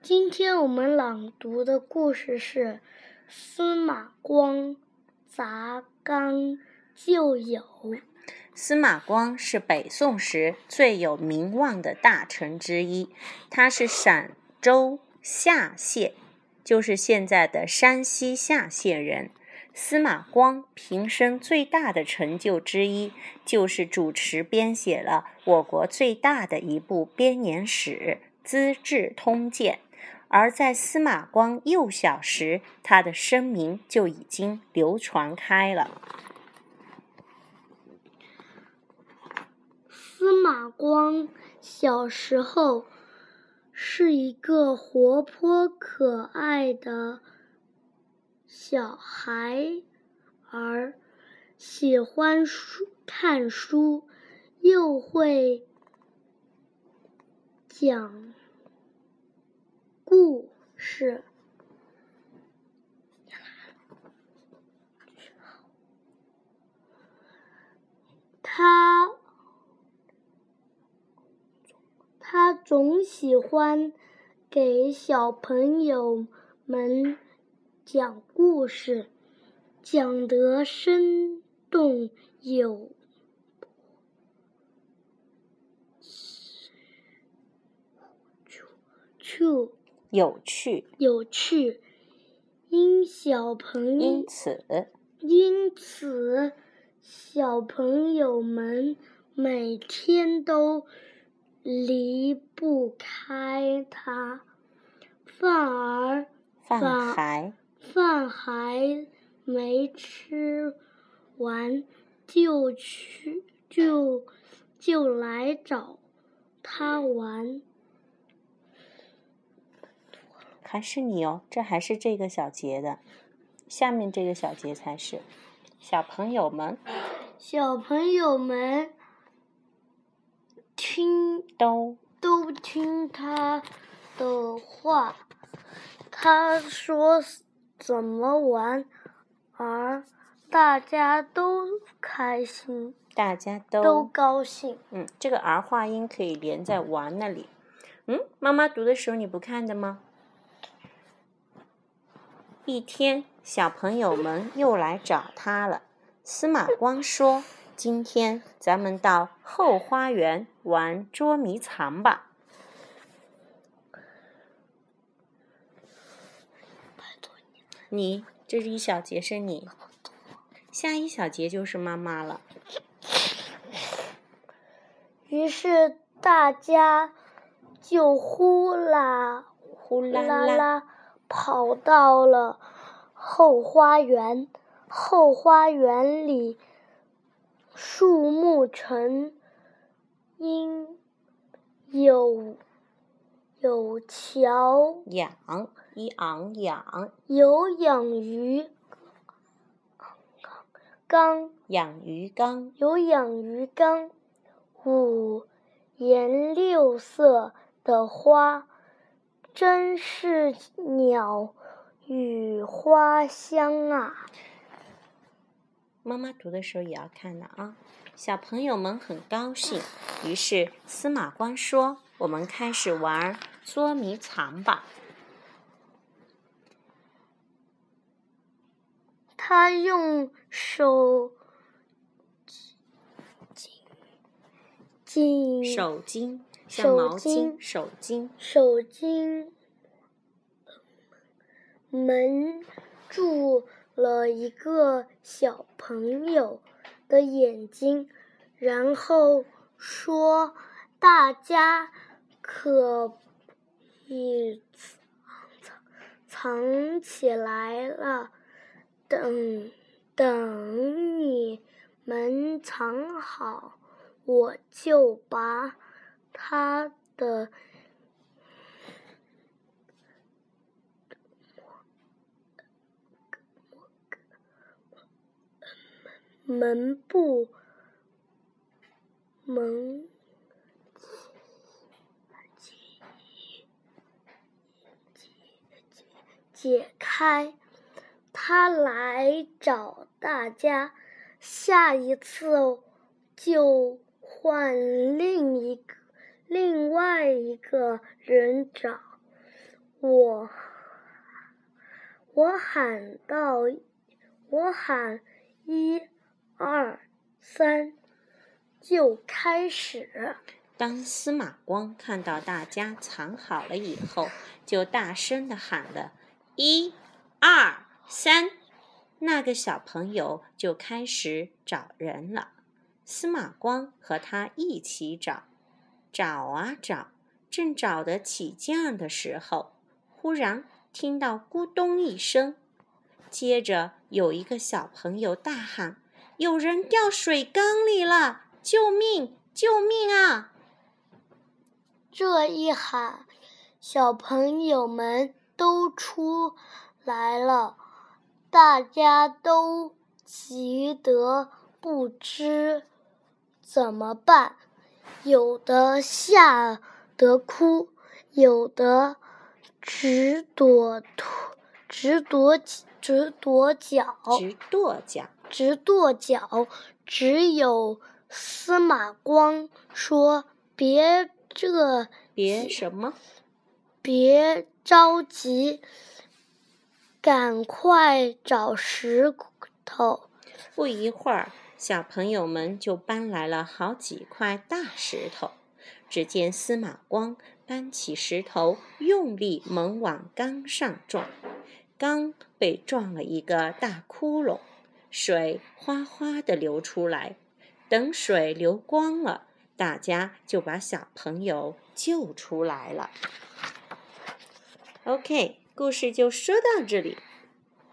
今天我们朗读的故事是司马光砸缸救友。 司马光是北宋时最有名望的大臣之一，他是陕州夏县，就是现在的山西夏县人。司马光平生最大的成就之一，就是主持编写了我国最大的一部编年史《资治通鉴》。而在司马光幼小时，他的声名就已经流传开了。 司马光小时候是一个活泼可爱的小孩儿，喜欢看书，又会讲故事。他总喜欢给小朋友们讲故事，讲得生动有趣，因此小朋友们每天都离不开他，饭还没吃完就来找他玩。 还是你哦，这还是这个小节的，下面这个小节才是。小朋友们都听他的话，他说怎么玩，而大家都开心， 大家都高兴。 这个儿化音可以连在玩那里。妈妈读的时候你不看的吗？一天，小朋友们又来找他了。司马光说：“今天咱们到后花园玩捉迷藏吧。”这是一小节是你，下一小节就是妈妈了。 于是大家就呼啦啦跑到了后花园。后花园里树木成荫，有养鱼缸，五颜六色的花，真是鸟语花香啊！ 妈妈读的时候也要看的啊。小朋友们很高兴，于是司马光说：“我们开始玩捉迷藏吧。” 他用手巾蒙住了一个小朋友的眼睛，然后说：“大家可以藏起来了，等你们藏好，我就把他的门布解开。”他来找大家，下一次就换另外一个人找。 我喊1、2、3，就开始。 当司马光看到大家藏好了以后，就大声地喊了1、2、3，那个小朋友就开始找人了。司马光和他一起找，找啊找，正找得起劲的时候，忽然听到咕咚一声，接着有一个小朋友大喊：“有人掉水缸里了！救命！救命啊！” 这一喊，小朋友们都出来了，大家都急得不知怎么办，有的吓得哭，有的直跺脚，只有司马光说：“别着急，赶快找石头。” 不一会儿，小朋友们就搬来了好几块大石头。只见司马光搬起石头，用力猛往缸上撞，缸被撞了一个大窟窿，水哗哗地流出来。等水流光了，大家就把小朋友救出来了。OK， 故事就说到这里。